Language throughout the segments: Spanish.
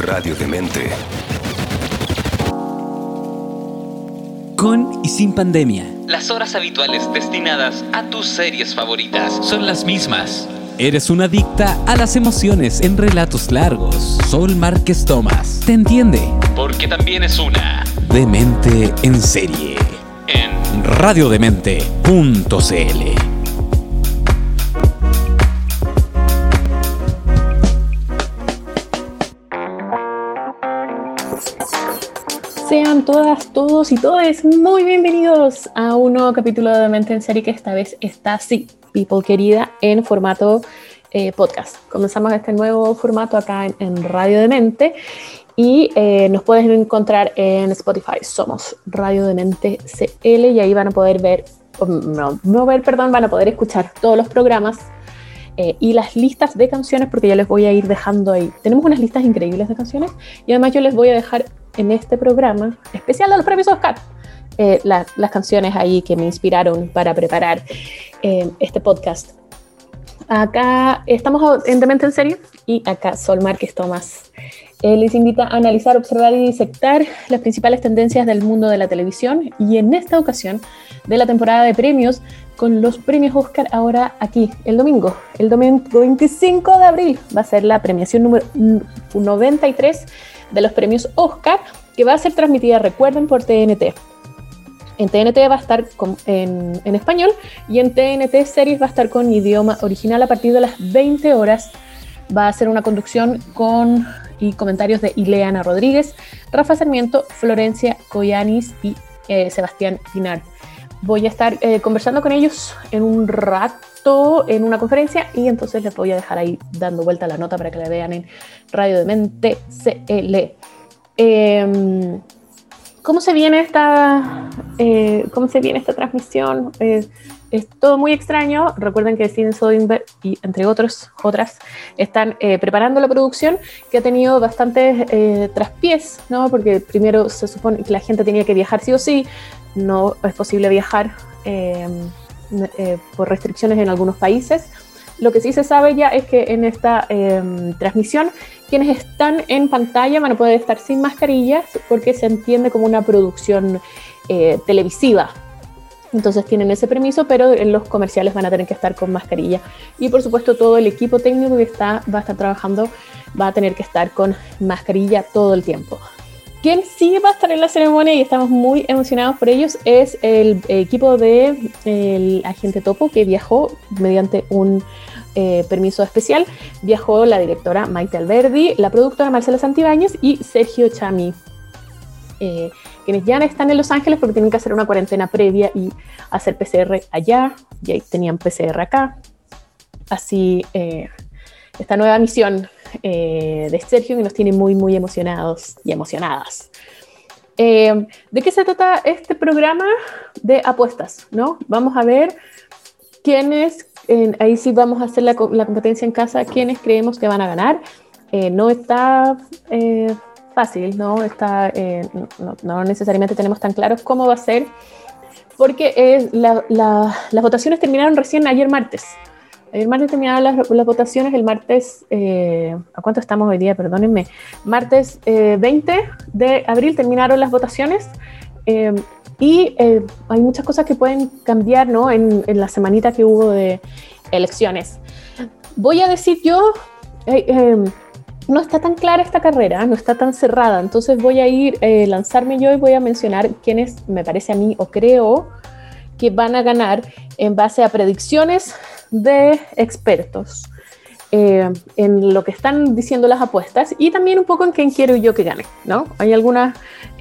Radio Demente. Con y sin pandemia. Las horas habituales destinadas a tus series favoritas son las mismas. Eres una adicta a las emociones en relatos largos. Sol Márquez Tomás te entiende. Porque también es una Demente en serie. en radiodemente.cl. Sean todas, todos y todes muy bienvenidos a un nuevo capítulo de Demente en Serie, que esta vez está así, people querida, en formato podcast. Comenzamos este nuevo formato acá en Radio Demente y nos pueden encontrar en Spotify. Somos Radio Demente CL y ahí van a poder van a poder escuchar todos los programas y las listas de canciones, porque ya les voy a ir dejando ahí. Tenemos unas listas increíbles de canciones y además yo les voy a dejar en este programa especial de los premios Oscar las canciones ahí que me inspiraron para preparar este podcast. Acá estamos en Demente en Serie y acá Sol Márquez Tomás les invita a analizar, observar y disectar las principales tendencias del mundo de la televisión, y en esta ocasión de la temporada de premios con los premios Oscar. Ahora aquí el domingo 25 de abril va a ser la premiación número 93 de los premios Oscar, que va a ser transmitida, recuerden, por TNT. En TNT va a estar en español, y en TNT Series va a estar con idioma original a partir de las 20 horas. Va a ser una conducción y comentarios de Ileana Rodríguez, Rafa Sarmiento, Florencia Coyanis y Sebastián Pinar. Voy a estar conversando con ellos en un rato en una conferencia, y entonces les voy a dejar ahí dando vuelta la nota para que la vean en Radio Demente CL. ¿Cómo se viene esta transmisión? Es todo muy extraño. Recuerden que Steven Soderbergh y entre otras están preparando la producción, que ha tenido bastantes traspiés, ¿no? Porque primero se supone que la gente tenía que viajar sí o sí. No es posible viajar por restricciones en algunos países. Lo que sí se sabe ya es que en esta transmisión, quienes están en pantalla van a poder estar sin mascarillas, porque se entiende como una producción televisiva. Entonces tienen ese permiso, pero en los comerciales van a tener que estar con mascarilla. Y por supuesto todo el equipo técnico que va a estar trabajando va a tener que estar con mascarilla todo el tiempo. Quien sí va a estar en la ceremonia, y estamos muy emocionados por ellos, es el equipo del Agente Topo, que viajó mediante un permiso especial. Viajó la directora Maite Alberdi, la productora Marcela Santibáñez y Sergio Chami, quienes ya están en Los Ángeles porque tienen que hacer una cuarentena previa y hacer PCR allá, y ahí tenían PCR acá. Así esta nueva misión de Sergio, que nos tiene muy, muy emocionados y emocionadas. ¿De qué se trata este programa? De apuestas, ¿no? Vamos a ver quiénes, ahí sí vamos a hacer la competencia en casa, quiénes creemos que van a ganar. No está fácil, ¿no? No necesariamente tenemos tan claros cómo va a ser, porque las votaciones terminaron recién ayer martes. Ayer martes terminaron las votaciones, el martes, ¿a cuánto estamos hoy día? Perdónenme. Martes 20 de abril terminaron las votaciones, y hay muchas cosas que pueden cambiar, ¿no? En la semanita que hubo de elecciones. Voy a decir yo, no está tan clara esta carrera, no está tan cerrada, entonces voy a lanzarme yo y voy a mencionar quiénes me parece a mí o creo que van a ganar en base a predicciones de expertos, en lo que están diciendo las apuestas, y también un poco en quién quiero yo que gane, ¿no? Hay algunas,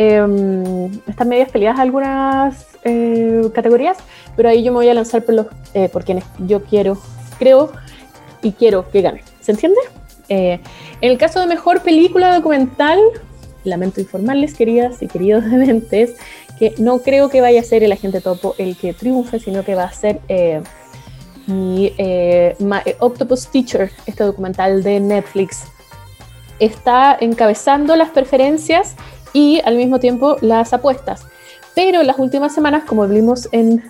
están medias peleadas algunas categorías, pero ahí yo me voy a lanzar por quienes yo creo y quiero que gane. ¿Se entiende? En el caso de mejor película documental, lamento informarles, queridas y queridos dementes, que no creo que vaya a ser El Agente Topo el que triunfe, sino que va a ser My Octopus Teacher, este documental de Netflix. Está encabezando las preferencias y al mismo tiempo las apuestas. Pero en las últimas semanas, como vimos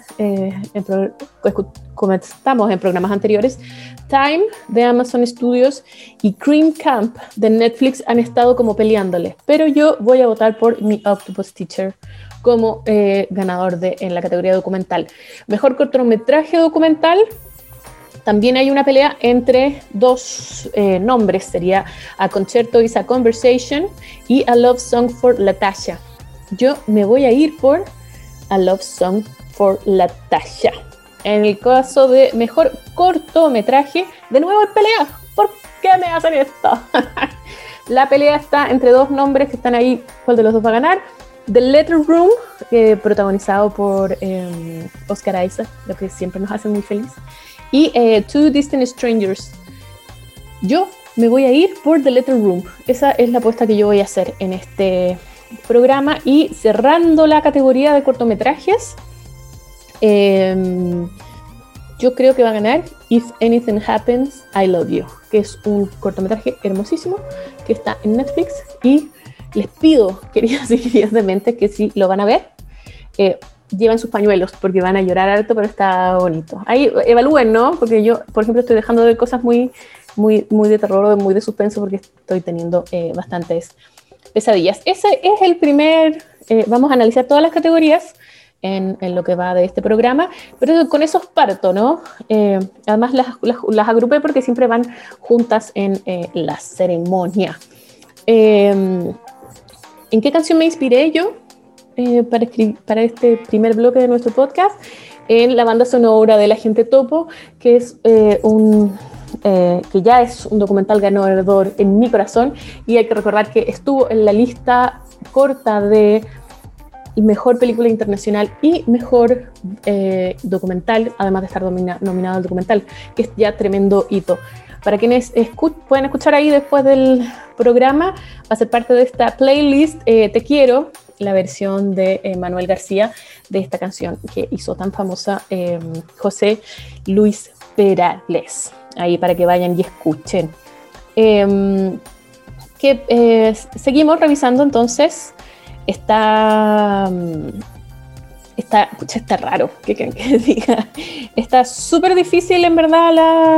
como estamos en programas anteriores, Time de Amazon Studios y Cream Camp de Netflix han estado como peleándole. Pero yo voy a votar por Mi Octopus Teacher como ganador en la categoría documental. Mejor cortometraje documental. También hay una pelea entre dos nombres. Sería A Concerto is a Conversation y A Love Song for Latasha. Yo me voy a ir por A Love Song for Latasha. En el caso de mejor cortometraje, de nuevo hay pelea. ¿Por qué me hacen esto? La pelea está entre dos nombres que están ahí. ¿Cuál de los dos va a ganar? The Letter Room, protagonizado por Oscar Isaac, lo que siempre nos hace muy feliz. Y Two Distant Strangers. Yo me voy a ir por The Letter Room. Esa es la apuesta que yo voy a hacer en este programa. Y cerrando la categoría de cortometrajes, yo creo que va a ganar If Anything Happens, I Love You, que es un cortometraje hermosísimo que está en Netflix, y les pido, queridas y queridas de mente, que si lo van a ver, lleven sus pañuelos porque van a llorar harto, pero está bonito. Ahí evalúen, ¿no? Porque yo, por ejemplo, estoy dejando de ver cosas muy de terror, muy de suspenso, porque estoy teniendo bastantes pesadillas. Ese es el primer, vamos a analizar todas las categorías en lo que va de este programa, pero con esos parto, ¿no? Además las agrupé porque siempre van juntas en la ceremonia. ¿En qué canción me inspiré yo para este primer bloque de nuestro podcast? En la banda sonora de La Gente Topo, que es que ya es un documental ganador en mi corazón, y hay que recordar que estuvo en la lista corta de mejor película internacional y mejor documental, además de estar nominado al documental, que es ya tremendo hito. Para quienes pueden escuchar ahí después del programa, va a ser parte de esta playlist Te Quiero, la versión de Manuel García de esta canción que hizo tan famosa José Luis Perales. Ahí para que vayan y escuchen. Seguimos revisando entonces. Está raro, ¿qué quieren que diga? Está súper difícil en verdad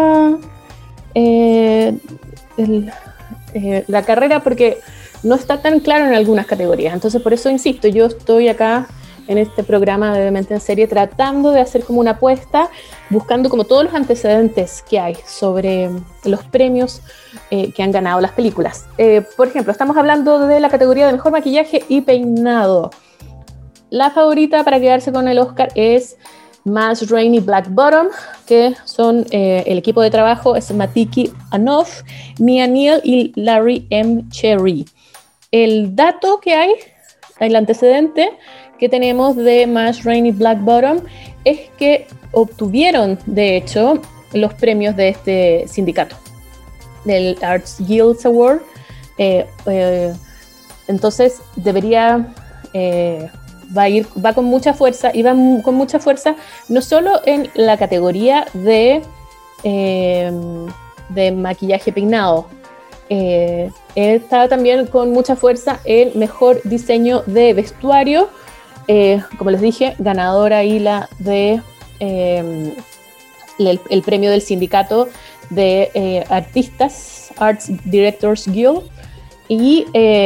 la carrera, porque no está tan claro en algunas categorías. Entonces por eso insisto, yo estoy acá en este programa de Mente en Serie tratando de hacer como una apuesta, buscando como todos los antecedentes que hay sobre los premios que han ganado las películas. Por ejemplo, estamos hablando de la categoría de mejor maquillaje y peinado. La favorita para quedarse con el Oscar es Mass Rain y Black Bottom, que son el equipo de trabajo es Matiki Anoff, Mia Neal y Larry M. Cherry. El dato que hay, el antecedente que tenemos de Mass Rain y Black Bottom es que obtuvieron, de hecho, los premios de este sindicato, del Arts Guild Award. Entonces debería va con mucha fuerza, y va con mucha fuerza no solo en la categoría de maquillaje peinado. Está también con mucha fuerza el mejor diseño de vestuario. Como les dije, ganadora ahí el premio del sindicato de artistas, Arts Directors Guild. Y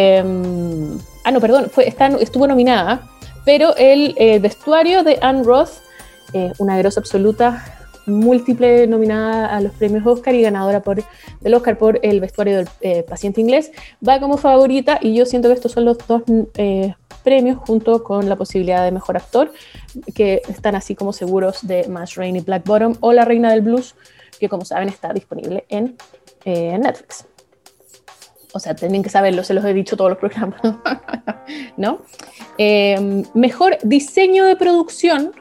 estuvo nominada, pero el vestuario de Anne Roth, una grosa absoluta, múltiple nominada a los premios Oscar y ganadora del Oscar por el vestuario del Paciente Inglés, va como favorita, y yo siento que estos son los dos premios, junto con la posibilidad de mejor actor, que están así como seguros de Mass Rain y Black Bottom, o La Reina del Blues, que como saben está disponible en Netflix. O sea, tienen que saberlo, se los he dicho todos los programas, ¿no? Mejor diseño de producción.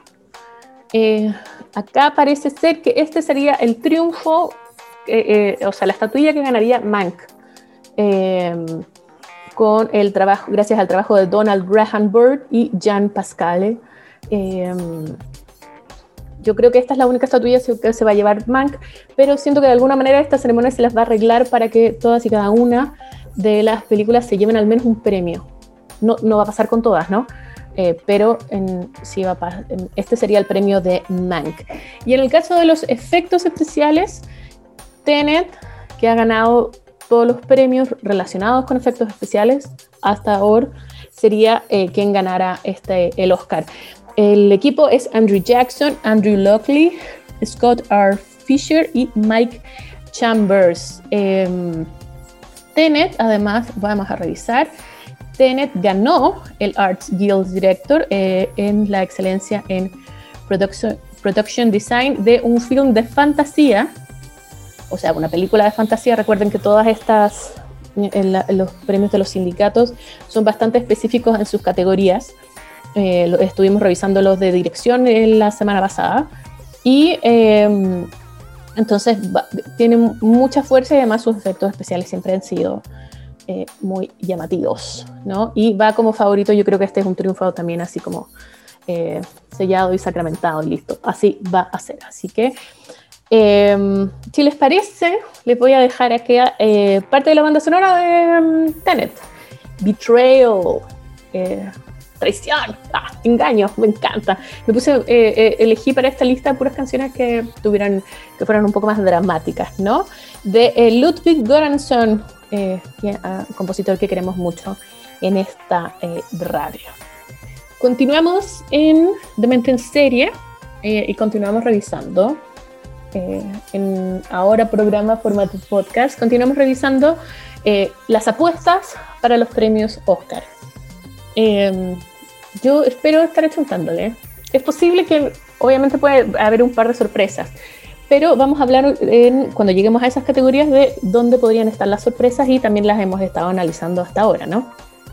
Acá parece ser que este sería el triunfo, o sea, la estatuilla que ganaría Mank, con el trabajo, gracias al trabajo de Donald Graham Byrd y Jan Pascale. Yo creo que esta es la única estatuilla que se va a llevar Mank, pero siento que de alguna manera esta ceremonia se las va a arreglar para que todas y cada una de las películas se lleven al menos un premio. No va a pasar con todas, ¿no? pero este sería el premio de Mank. Y en el caso de los efectos especiales, Tenet, que ha ganado todos los premios relacionados con efectos especiales hasta ahora, sería quien ganara el Oscar. El equipo es Andrew Jackson, Andrew Lockley, Scott R. Fisher y Mike Chambers. Tenet, además, vamos a revisar, Tenet ganó el Arts Guild Director en la excelencia en production design de un film de fantasía, o sea, una película de fantasía. Recuerden que todas estas, los premios de los sindicatos son bastante específicos en sus categorías. Estuvimos revisando los de dirección la semana pasada y entonces tienen mucha fuerza y además sus efectos especiales siempre han sido muy llamativos, ¿no? Y va como favorito. Yo creo que este es un triunfo también así como sellado y sacramentado y listo. Así va a ser. Así que si les parece, les voy a dejar aquí parte de la banda sonora de Tenet. Betrayal, traición, engaño, me encanta. Me elegí para esta lista puras canciones que fueran un poco más dramáticas, ¿no? De Ludwig Göransson, compositor que queremos mucho en esta radio. Continuamos en Demente en Serie y continuamos revisando en ahora programa formato podcast. Continuamos revisando las apuestas para los premios Oscar. Yo espero estar achuntándole. Es posible que obviamente puede haber un par de sorpresas, pero vamos a hablar cuando lleguemos a esas categorías de dónde podrían estar las sorpresas y también las hemos estado analizando hasta ahora, ¿no?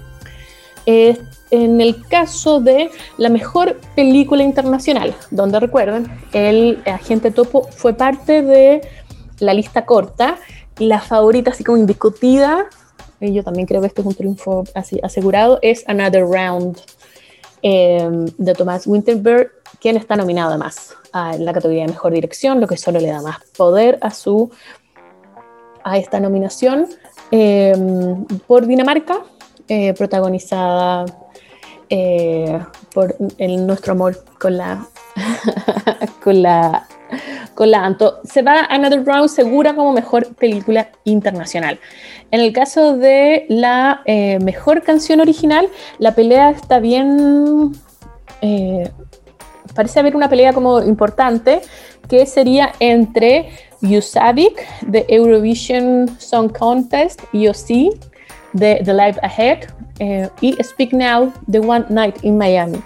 En el caso de la mejor película internacional, donde recuerden, el Agente Topo fue parte de la lista corta, la favorita así como indiscutida, y yo también creo que este es un triunfo así asegurado, es Another Round, de Thomas Winterberg, quien está nominado además en la categoría de mejor dirección, lo que solo le da más poder a esta nominación, por Dinamarca, protagonizada por nuestro amor con la Anto. Se va Another Round segura como mejor película internacional. En el caso de la mejor canción original, la pelea está bien, parece haber una pelea como importante, que sería entre Yusavik de Eurovision Song Contest, YOC de The Life Ahead, y Speak Now de One Night in Miami.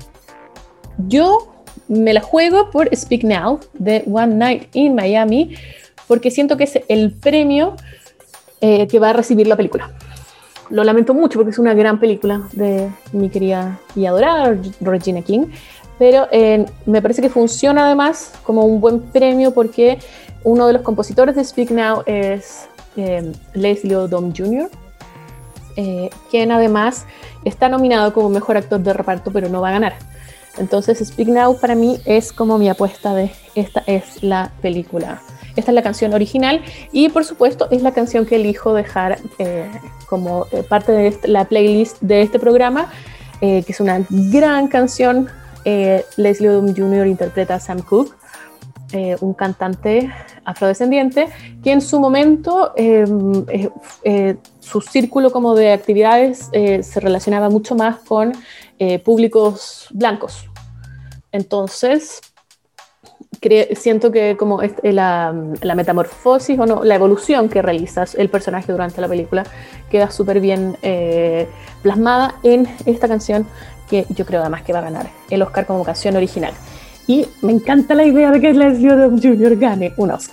Yo me la juego por Speak Now de One Night in Miami porque siento que es el premio que va a recibir la película. Lo lamento mucho porque es una gran película de mi querida y adorada Regina King, pero me parece que funciona además como un buen premio porque uno de los compositores de Speak Now es Leslie Odom Jr., quien además está nominado como mejor actor de reparto, pero no va a ganar. Entonces Speak Now para mí es como mi apuesta de esta es la película. Esta es la canción original y por supuesto es la canción que elijo dejar como parte de la playlist de este programa, que es una gran canción. Leslie Odom Jr. interpreta a Sam Cooke, un cantante afrodescendiente que en su momento su círculo como de actividades se relacionaba mucho más con públicos blancos. Entonces siento que como la metamorfosis o no, la evolución que realiza el personaje durante la película queda súper bien plasmada en esta canción, que yo creo además que va a ganar el Oscar como canción original. Y me encanta la idea de que Leslie Odom Jr. gane un Oscar.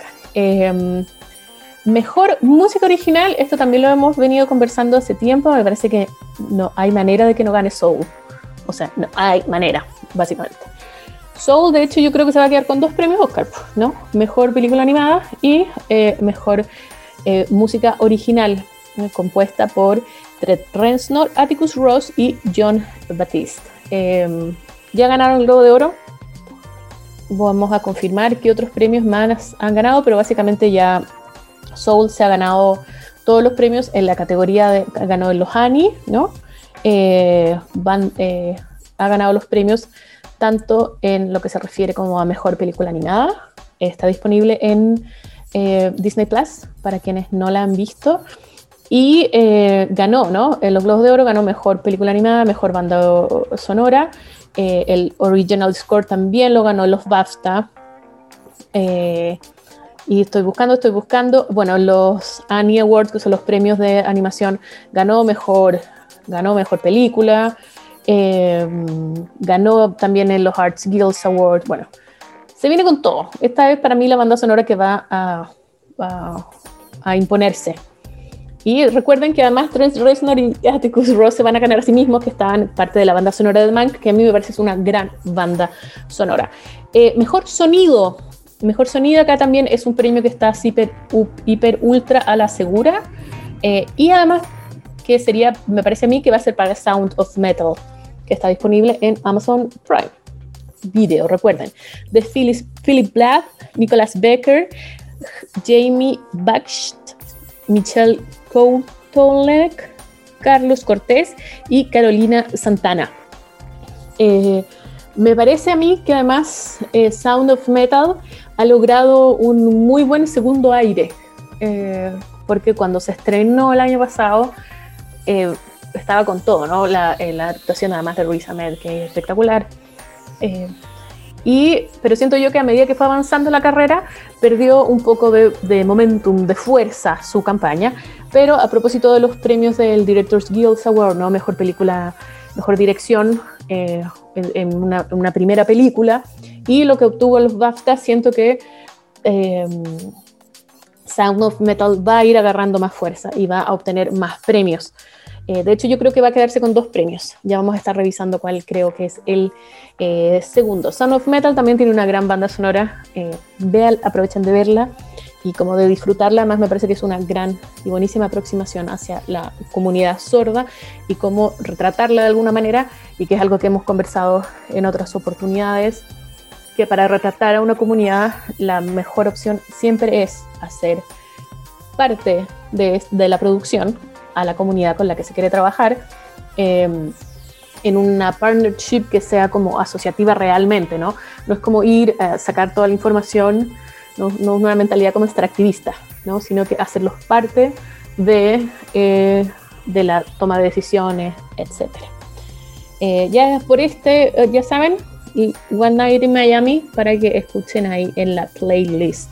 Mejor música original, esto también lo hemos venido conversando hace tiempo. Me parece que no hay manera de que no gane Soul. O sea, no hay manera, básicamente. Soul, de hecho, yo creo que se va a quedar con 2 premios Oscar, ¿no? Mejor película animada y mejor música original, compuesta por Trent Reznor, Atticus Ross y Jon Batiste. Ya ganaron el Globo de Oro. Vamos a confirmar qué otros premios más han ganado, pero básicamente ya Soul se ha ganado todos los premios en la categoría ganó el los Annie, ¿no? ha ganado los premios tanto en lo que se refiere como a mejor película animada. Está disponible en Disney Plus para quienes no la han visto. Y ganó, ¿no? En los Globos de Oro ganó mejor película animada, mejor banda sonora. El Original Score también lo ganó los BAFTA. Y estoy buscando. Bueno, los Annie Awards, que son los premios de animación, ganó mejor película. Ganó también en los Arts Guild Awards. Bueno, se viene con todo. Esta es para mí la banda sonora que va a imponerse. Y recuerden que además Trent Reznor y Atticus Ross se van a ganar a sí mismos, que estaban parte de la banda sonora de Mank, que a mí me parece es una gran banda sonora. Mejor sonido acá también es un premio que está hiper ultra a la segura. Y además que sería, me parece a mí, que va a ser para Sound of Metal, que está disponible en Amazon Prime Video, recuerden. De Philip Blath, Nicholas Becker, Jamie Baxt, Michelle Koutolek, Carlos Cortés y Carolina Santana. Me parece a mí que además Sound of Metal ha logrado un muy buen segundo aire, porque cuando se estrenó el año pasado estaba con todo, ¿no? La actuación además de Riz Ahmed, que es espectacular. Pero siento yo que a medida que fue avanzando la carrera, perdió un poco de momentum, de fuerza su campaña. Pero a propósito de los premios del Directors Guild Award, ¿no? Mejor película, mejor dirección en una primera película, y lo que obtuvo los BAFTA, siento que Sound of Metal va a ir agarrando más fuerza y va a obtener más premios. De hecho, yo creo que va a quedarse con 2 premios. Ya vamos a estar revisando cuál creo que es el segundo. Sound of Metal también tiene una gran banda sonora. Aprovechen de verla y como de disfrutarla. Además, me parece que es una gran y buenísima aproximación hacia la comunidad sorda y cómo retratarla de alguna manera, y que es algo que hemos conversado en otras oportunidades, que para retratar a una comunidad la mejor opción siempre es hacer parte de la producción a la comunidad con la que se quiere trabajar, en una partnership que sea como asociativa realmente, ¿no? No es como ir a sacar toda la información, no es una mentalidad como extractivista, ¿no? Sino que hacerlos parte de la toma de decisiones, etc. Ya por ya saben, One Night in Miami, para que escuchen ahí en la playlist.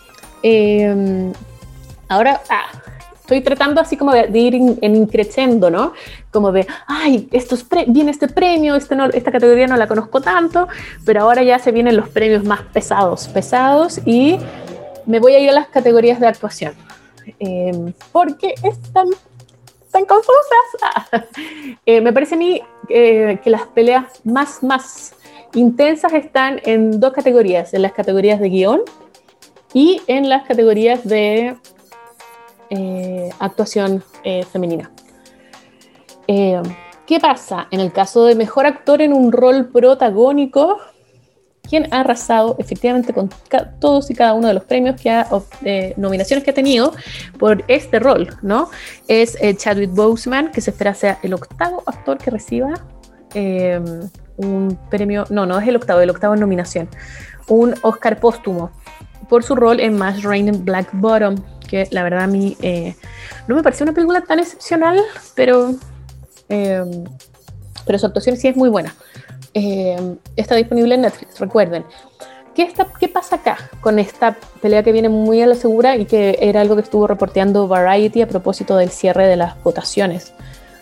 Ahora, estoy tratando así como de ir en increciendo, ¿no? Como de, ay, viene este premio, esta categoría no la conozco tanto, pero ahora ya se vienen los premios más pesados, y me voy a ir a las categorías de actuación, porque están tan confusas. Me parece a mí que las peleas más intensas están en 2 categorías, en las categorías de guión y en las categorías de actuación femenina. ¿Qué pasa? En el caso de mejor actor en un rol protagónico, quien ha arrasado efectivamente con todos y cada uno de los premios nominaciones que ha tenido por este rol, ¿no? Es Chadwick Boseman, que se espera sea el 8º actor que reciba un premio, no es el 8º en nominación, un Oscar póstumo por su rol en Matt Ryan en Black Bottom, que la verdad a mí no me pareció una película tan excepcional, pero su actuación sí es muy buena. Está disponible en Netflix, recuerden. ¿Qué pasa acá con esta pelea que viene muy a la segura y que era algo que estuvo reporteando Variety a propósito del cierre de las votaciones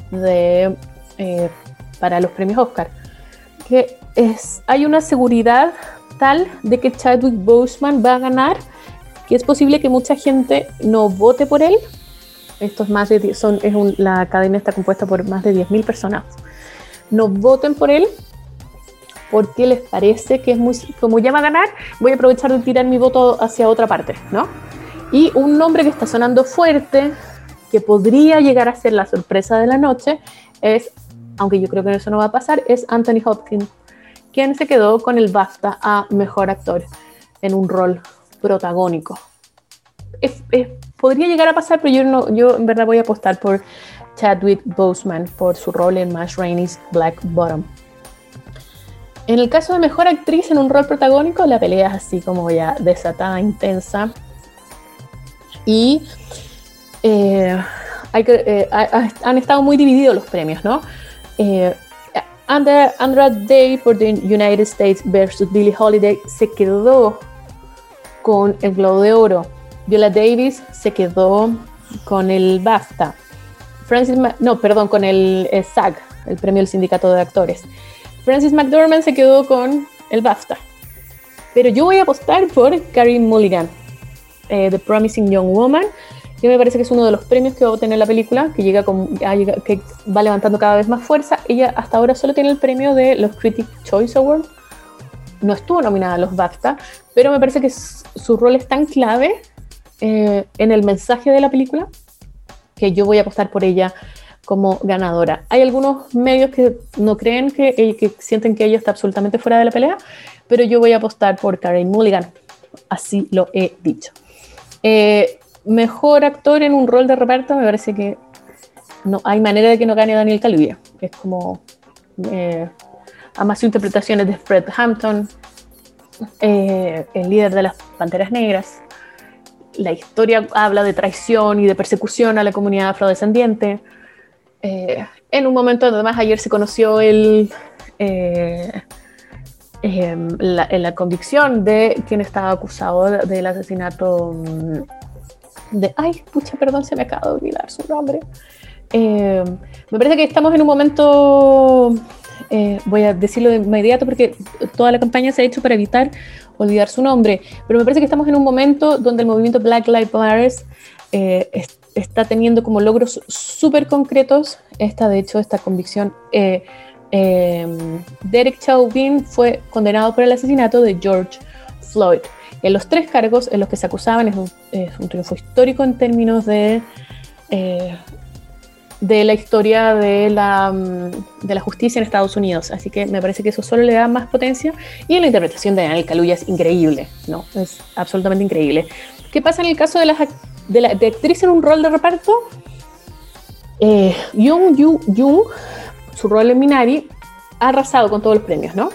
para los premios Oscar? Hay una seguridad tal de que Chadwick Boseman va a ganar, que es posible que mucha gente no vote por él. La academia está compuesta por más de 10.000 personas. No voten por él porque les parece que como ya va a ganar, voy a aprovechar de tirar mi voto hacia otra parte, ¿no? Y un nombre que está sonando fuerte, que podría llegar a ser la sorpresa de la noche, aunque yo creo que eso no va a pasar, es Anthony Hopkins, quien se quedó con el BAFTA a Mejor Actor en un rol protagónico. Podría llegar a pasar, pero yo en verdad voy a apostar por Chadwick Boseman por su rol en Matt Rainey's Black Bottom. En el caso de mejor actriz en un rol protagónico, la pelea es así como ya desatada, intensa. Y han estado muy divididos los premios, ¿no? Andra Day por The United States versus Billie Holiday se quedó con el Globo de Oro. Viola Davis se quedó con el BAFTA. Con el SAG, el premio del Sindicato de Actores. Frances McDormand se quedó con el BAFTA. Pero yo voy a apostar por Carey Mulligan, The Promising Young Woman, que me parece que es uno de los premios que va a obtener la película, que va levantando cada vez más fuerza. Ella hasta ahora solo tiene el premio de los Critics' Choice Awards. No estuvo nominada a los BAFTA, pero me parece que su rol es tan clave en el mensaje de la película que yo voy a apostar por ella como ganadora. Hay algunos medios que no creen que sienten que ella está absolutamente fuera de la pelea, pero yo voy a apostar por Carey Mulligan, así lo he dicho. Mejor actor en un rol de reparto, me parece que no hay manera de que no gane Daniel Kaluuya. Es como además sus interpretaciones de Fred Hampton, el líder de las Panteras Negras. La historia habla de traición y de persecución a la comunidad afrodescendiente. En un momento, además, ayer se conoció la convicción de quien estaba acusado del asesinato se me acaba de olvidar su nombre. Me parece que estamos en un momento, voy a decirlo de inmediato porque toda la campaña se ha hecho para evitar olvidar su nombre, pero me parece que estamos en un momento donde el movimiento Black Lives Matter está teniendo como logros súper concretos esta convicción. Derek Chauvin fue condenado por el asesinato de George Floyd. En los 3 cargos en los que se acusaban es un triunfo histórico en términos de la historia de la justicia en Estados Unidos. Así que me parece que eso solo le da más potencia. Y la interpretación de Daniel Kaluuya es increíble, ¿no? Es absolutamente increíble. ¿Qué pasa en el caso de actriz en un rol de reparto? Jung Yoo-jung, su rol en Minari, ha arrasado con todos los premios, ¿no?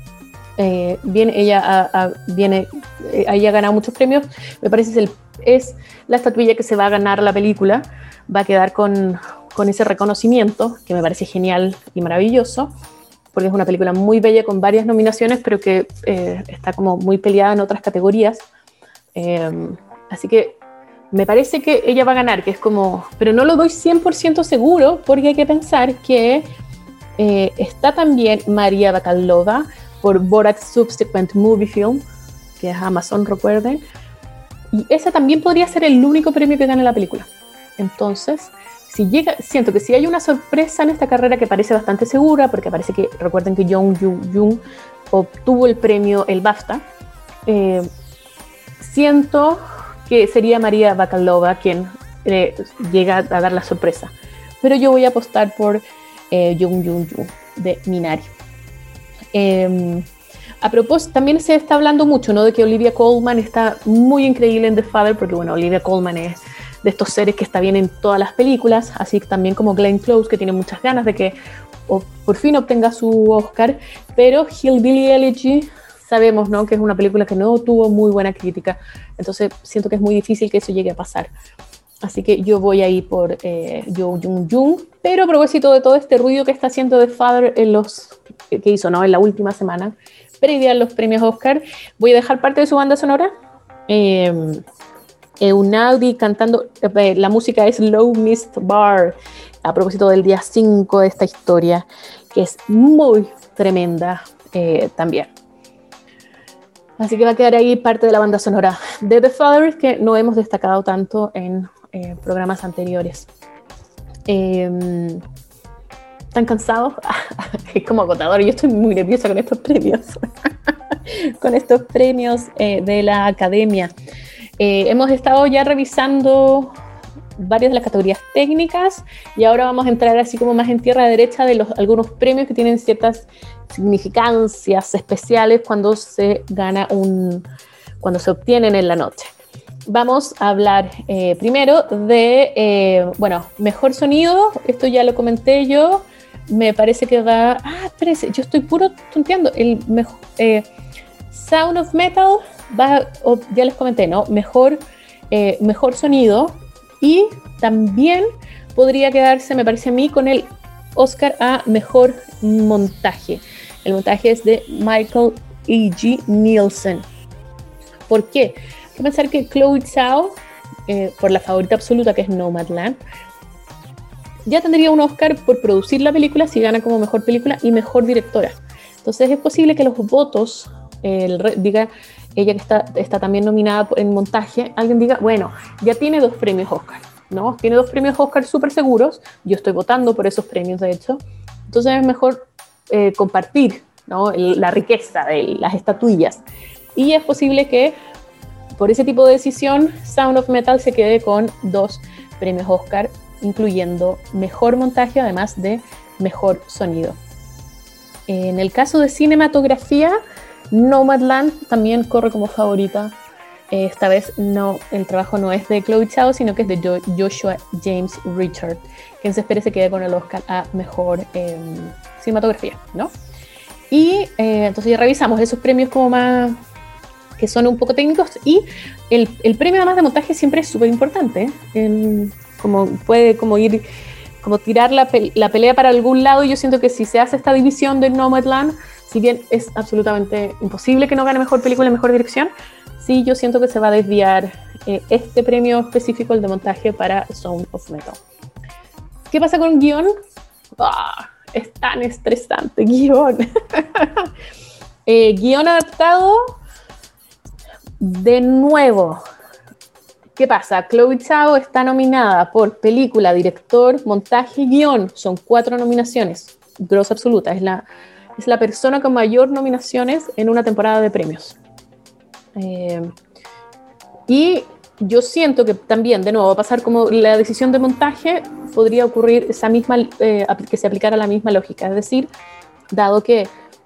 Ella ha ganado muchos premios. Me parece que es la estatuilla que se va a ganar la película. Va a quedar con ese reconocimiento, que me parece genial y maravilloso, porque es una película muy bella con varias nominaciones, pero que está como muy peleada en otras categorías. Así que me parece que ella va a ganar, pero no lo doy 100% seguro, porque hay que pensar que está también Maria Bakalova por Borat's Subsequent Movie Film, que es Amazon, recuerden, y ese también podría ser el único premio que gane la película. Entonces, siento que si hay una sorpresa en esta carrera que parece bastante segura, porque parece que, recuerden que Jung Yoo-jung obtuvo el premio, el BAFTA, siento que sería Maria Bakalova quien llega a dar la sorpresa. Pero yo voy a apostar por Jung Yoo-jung de Minari. A propósito, también se está hablando mucho, ¿no?, de que Olivia Colman está muy increíble en The Father, porque bueno, Olivia Colman es de estos seres que está bien en todas las películas, así también como Glenn Close, que tiene muchas ganas de que por fin obtenga su Oscar, pero Hillbilly Elegy sabemos, ¿no?, que es una película que no tuvo muy buena crítica, entonces siento que es muy difícil que eso llegue a pasar. Así que yo voy a ir por Yoo Jung-jung, pero a propósito de todo este ruido que está haciendo The Father que hizo, ¿no?, en la última semana, previa a los premios Oscar, voy a dejar parte de su banda sonora. Eunadi cantando, la música es Low Mist Bar, a propósito del día 5 de esta historia, que es muy tremenda también. Así que va a quedar ahí parte de la banda sonora de The Father, que no hemos destacado tanto en programas anteriores. ¿Están cansados? Es como agotador. Yo estoy muy nerviosa con estos premios. Con estos premios de la Academia. Hemos estado ya revisando varias de las categorías técnicas y ahora vamos a entrar así como más en tierra derecha de algunos premios que tienen ciertas significancias especiales cuando se cuando se obtienen en la noche. Vamos a hablar primero de, mejor sonido, esto ya lo comenté yo, me parece que va... espérese, yo estoy puro tonteando. El mejor... Sound of Metal va, ya les comenté, ¿no? Mejor sonido, y también podría quedarse, me parece a mí, con el Oscar a mejor montaje. El montaje es de Michael E.G. Nielsen. ¿Por qué? Hay que pensar que Chloe Zhao, por la favorita absoluta que es Nomadland, ya tendría un Oscar por producir la película si gana como mejor película y mejor directora. Entonces es posible que los votos, diga ella que está también nominada en montaje, alguien diga, bueno, ya tiene 2 premios Oscar, ¿no? Tiene 2 premios Oscar súper seguros, yo estoy votando por esos premios, de hecho, entonces es mejor compartir, ¿no? La riqueza de las estatuillas. Y es posible que por ese tipo de decisión Sound of Metal se quede con 2 premios Oscar, incluyendo mejor montaje, además de mejor sonido. En el caso de cinematografía, Nomadland también corre como favorita. Esta vez el trabajo no es de Chloe Zhao, sino que es de Joshua James Richard, quien se espera se quede con el Oscar a mejor cinematografía, ¿no? Y entonces ya revisamos esos premios como más que son un poco técnicos, y el premio además de montaje siempre es súper importante, como puede tirar la pelea para algún lado. Y yo siento que si se hace esta división de Nomadland, si bien es absolutamente imposible que no gane mejor película y mejor dirección, sí, yo siento que se va a desviar este premio específico, el de montaje, para Sound of Metal. ¿Qué pasa con guión? Es tan estresante, guión. Guión adaptado, de nuevo. ¿Qué pasa? Chloe Zhao está nominada por película, director, montaje y guión. Son 4 nominaciones, gross absoluta. Es la persona con mayor nominaciones en una temporada de premios. Y yo siento que también, de nuevo, va a pasar como la decisión de montaje, podría ocurrir esa misma, que se aplicara la misma lógica. Es decir, dado que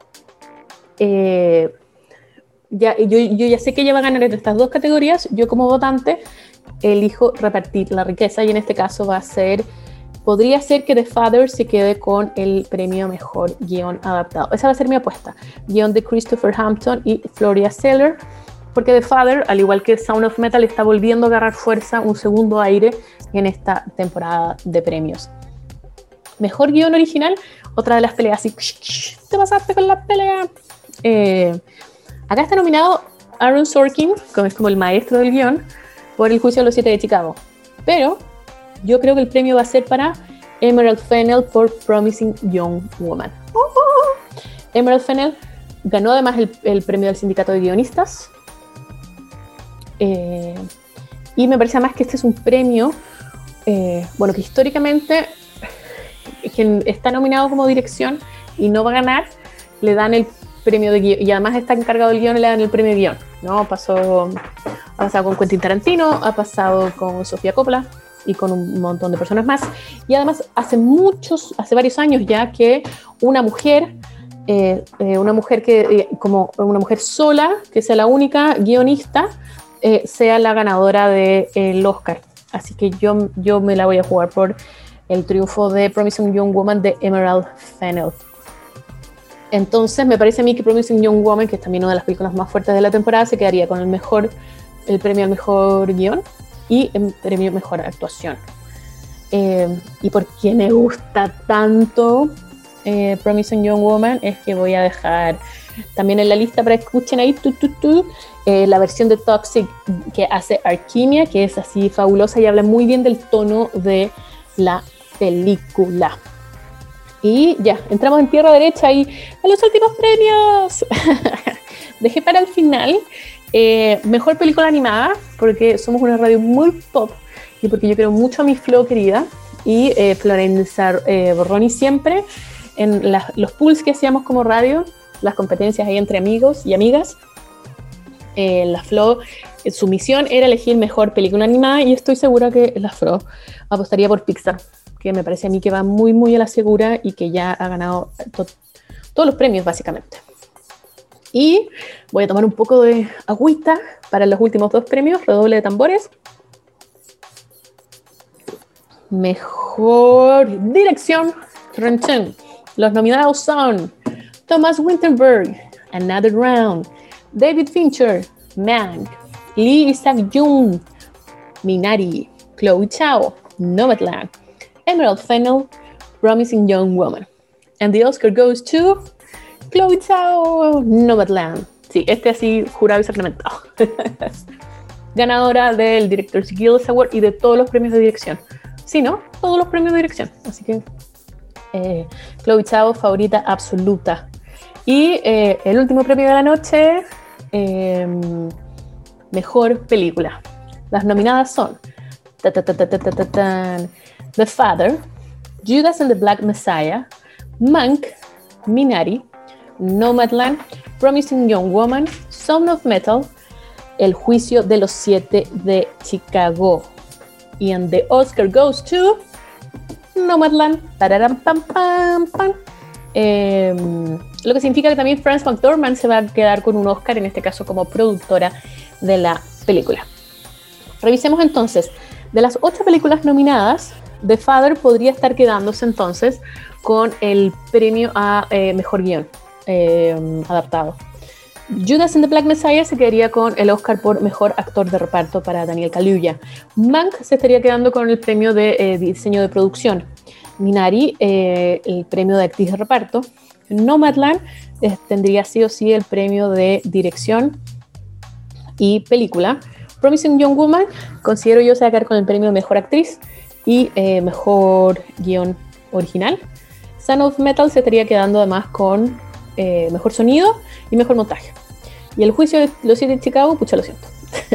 yo ya sé que ella va a ganar entre estas 2 categorías, yo como votante elijo repartir la riqueza, y en este caso podría ser que The Father se quede con el premio mejor guión adaptado. Esa va a ser mi apuesta. Guión de Christopher Hampton y Floria Seller, porque The Father, al igual que Sound of Metal, está volviendo a agarrar fuerza, un segundo aire en esta temporada de premios. Mejor guión original, otra de las peleas así, te pasaste con la pelea. Acá está nominado Aaron Sorkin, que es como el maestro del guión, por El juicio de los 7 de Chicago. Pero yo creo que el premio va a ser para Emerald Fennell por Promising Young Woman. Emerald Fennell ganó además el premio del sindicato de guionistas. Y me parece además que este es un premio, que históricamente quien está nominado como dirección y no va a ganar, le dan el premio de guión, y además está encargado del guión y le dan el premio de guión, ¿no? Ha pasado con Quentin Tarantino, ha pasado con Sofía Coppola y con un montón de personas más. Y además hace varios años ya que una mujer sola, que sea la única guionista, sea la ganadora del Oscar. Así que yo me la voy a jugar por el triunfo de Promising Young Woman de Emerald Fennell. Entonces me parece a mí que Promising Young Woman, que es también una de las películas más fuertes de la temporada, se quedaría con el premio al mejor guión y el premio mejor actuación. Y porque me gusta tanto Promising Young Woman, es que voy a dejar también en la lista para que escuchen ahí la versión de Toxic que hace Arquimia, que es así fabulosa y habla muy bien del tono de la película. Y ya, entramos en tierra derecha y a los últimos premios. Dejé para el final mejor película animada, porque somos una radio muy pop y porque yo quiero mucho a mi Flo querida y Florencia Borroni siempre en los pools que hacíamos como radio, las competencias ahí entre amigos y amigas. La Flo, su misión era elegir mejor película animada, y estoy segura que la Flo apostaría por Pixar, que me parece a mí que va muy muy a la segura y que ya ha ganado todos los premios básicamente. Y voy a tomar un poco de agüita para los últimos 2 premios. Redoble de tambores. Mejor dirección. Los nominados son Thomas Winterberg, Another Round, David Fincher, Mank, Lee Isaac-Chung, Minari, Chloe Zhao, Nomadland, Emerald Fennell, Promising Young Woman. And the Oscar goes to Chloe Zhao, Nomadland. Sí, así jurado y sacramentado. Ganadora del Directors Guild Award y de todos los premios de dirección. Sí, ¿no? Todos los premios de dirección. Así que Chloe Zhao, favorita absoluta. Y el último premio de la noche, mejor película. Las nominadas son The Father, Judas and the Black Messiah, Mank, Minari, Nomadland, Promising Young Woman, Sound of Metal, El Juicio de los Siete de Chicago. Y en The Oscar goes to Nomadland. Pararam, pam, pam, pam. Lo que significa que también Frances McDormand se va a quedar con un Oscar, en este caso como productora de la película. Revisemos entonces, de las 8 películas nominadas, The Father podría estar quedándose entonces con el premio a mejor guión adaptado. Judas and the Black Messiah se quedaría con el Oscar por mejor actor de reparto para Daniel Kaluuya. Mank se estaría quedando con el premio de diseño de producción. Minari, el premio de actriz de reparto. Nomadland tendría sí o sí el premio de dirección y película. Promising Young Woman, considero yo, se va a quedar con el premio de mejor actriz y mejor guión original. Sound of Metal se estaría quedando además con mejor sonido y mejor montaje. Y El Juicio de los Siete de Chicago, pucha, lo siento.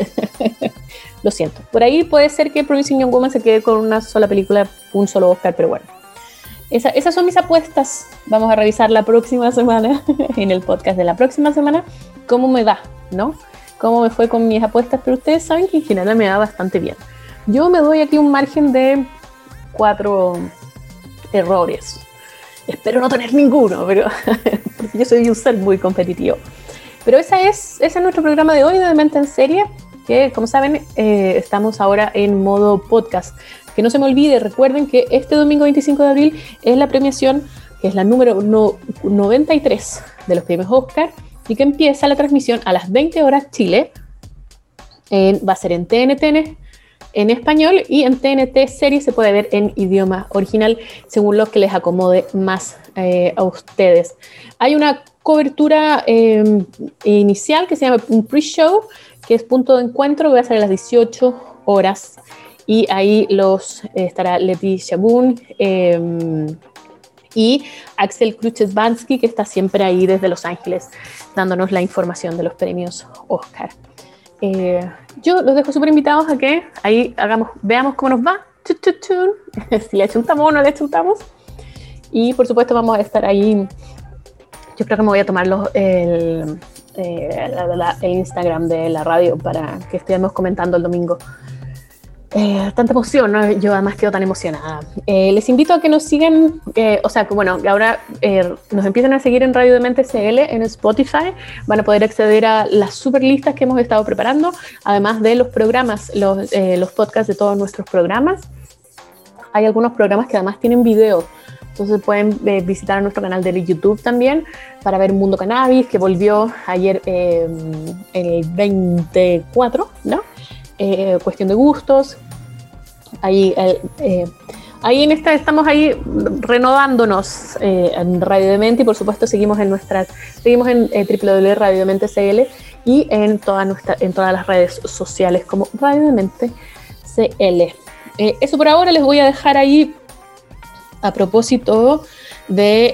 Lo siento. Por ahí puede ser que Promising Young Woman se quede con una sola película, un solo Oscar, pero bueno. Esas son mis apuestas. Vamos a revisar la próxima semana, en el podcast de la próxima semana, cómo me va, ¿no? Cómo me fue con mis apuestas, pero ustedes saben que en general me va bastante bien. Yo me doy aquí un margen de 4 errores. Espero no tener ninguno, pero porque yo soy un ser muy competitivo. Pero ese es nuestro programa de hoy de Mente en Serie, que como saben estamos ahora en modo podcast. Que no se me olvide, recuerden que este domingo 25 de abril es la premiación, que es la número 93 de los premios Oscar, y que empieza la transmisión a las 20 horas Chile. Va a ser en TNT en español, y en TNT Series se puede ver en idioma original según lo que les acomode más a ustedes. Hay una cobertura inicial que se llama un pre-show, que es punto de encuentro, que va a ser a las 18 horas, y ahí estará Leti Chabun y Axel Kruczewski, que está siempre ahí desde Los Ángeles dándonos la información de los premios Oscar. Yo los dejo súper invitados a que ahí veamos cómo nos va, si le chuntamos o no le chuntamos, y por supuesto vamos a estar ahí. Yo creo que me voy a tomar el Instagram de la radio para que estemos comentando el domingo. Tanta emoción, ¿no? Yo además quedo tan emocionada. Les invito a que nos sigan, que ahora nos empiecen a seguir en Radio de Mente CL en Spotify. Van a poder acceder a las super listas que hemos estado preparando, además de los programas, los podcasts de todos nuestros programas. Hay algunos programas que además tienen video, entonces pueden visitar nuestro canal de YouTube también para ver Mundo Cannabis, que volvió ayer el 24, ¿no? Cuestión de gustos. Ahí estamos ahí renovándonos en Radio de Mente, y por supuesto seguimos en www.radiodemente.cl y en todas las redes sociales como Radio de Mente CL. Eso por ahora. Les voy a dejar ahí, a propósito de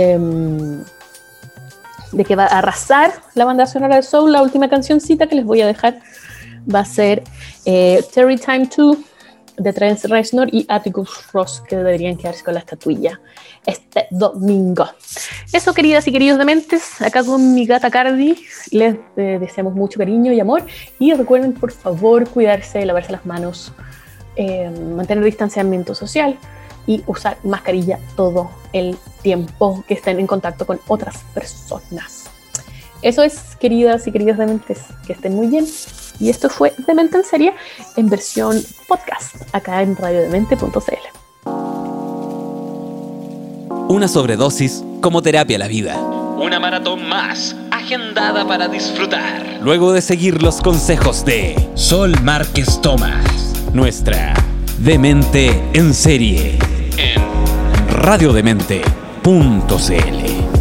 que va a arrasar la banda sonora de Soul. La última cancioncita que les voy a dejar va a ser Terry Time 2 de Trent Reznor y Atticus Ross, que deberían quedarse con la estatuilla este domingo. Eso, queridas y queridos dementes, acá con mi gata Cardi, les deseamos mucho cariño y amor, y recuerden por favor cuidarse, lavarse las manos, mantener distanciamiento social y usar mascarilla todo el tiempo que estén en contacto con otras personas. Eso es, queridas y queridos dementes, que estén muy bien. Y esto fue Demente en Serie en versión podcast, acá en radiodemente.cl. Una sobredosis como terapia a la vida. Una maratón más, agendada para disfrutar. Luego de seguir los consejos de Sol Márquez Tomás, nuestra Demente en Serie, En radiodemente.cl.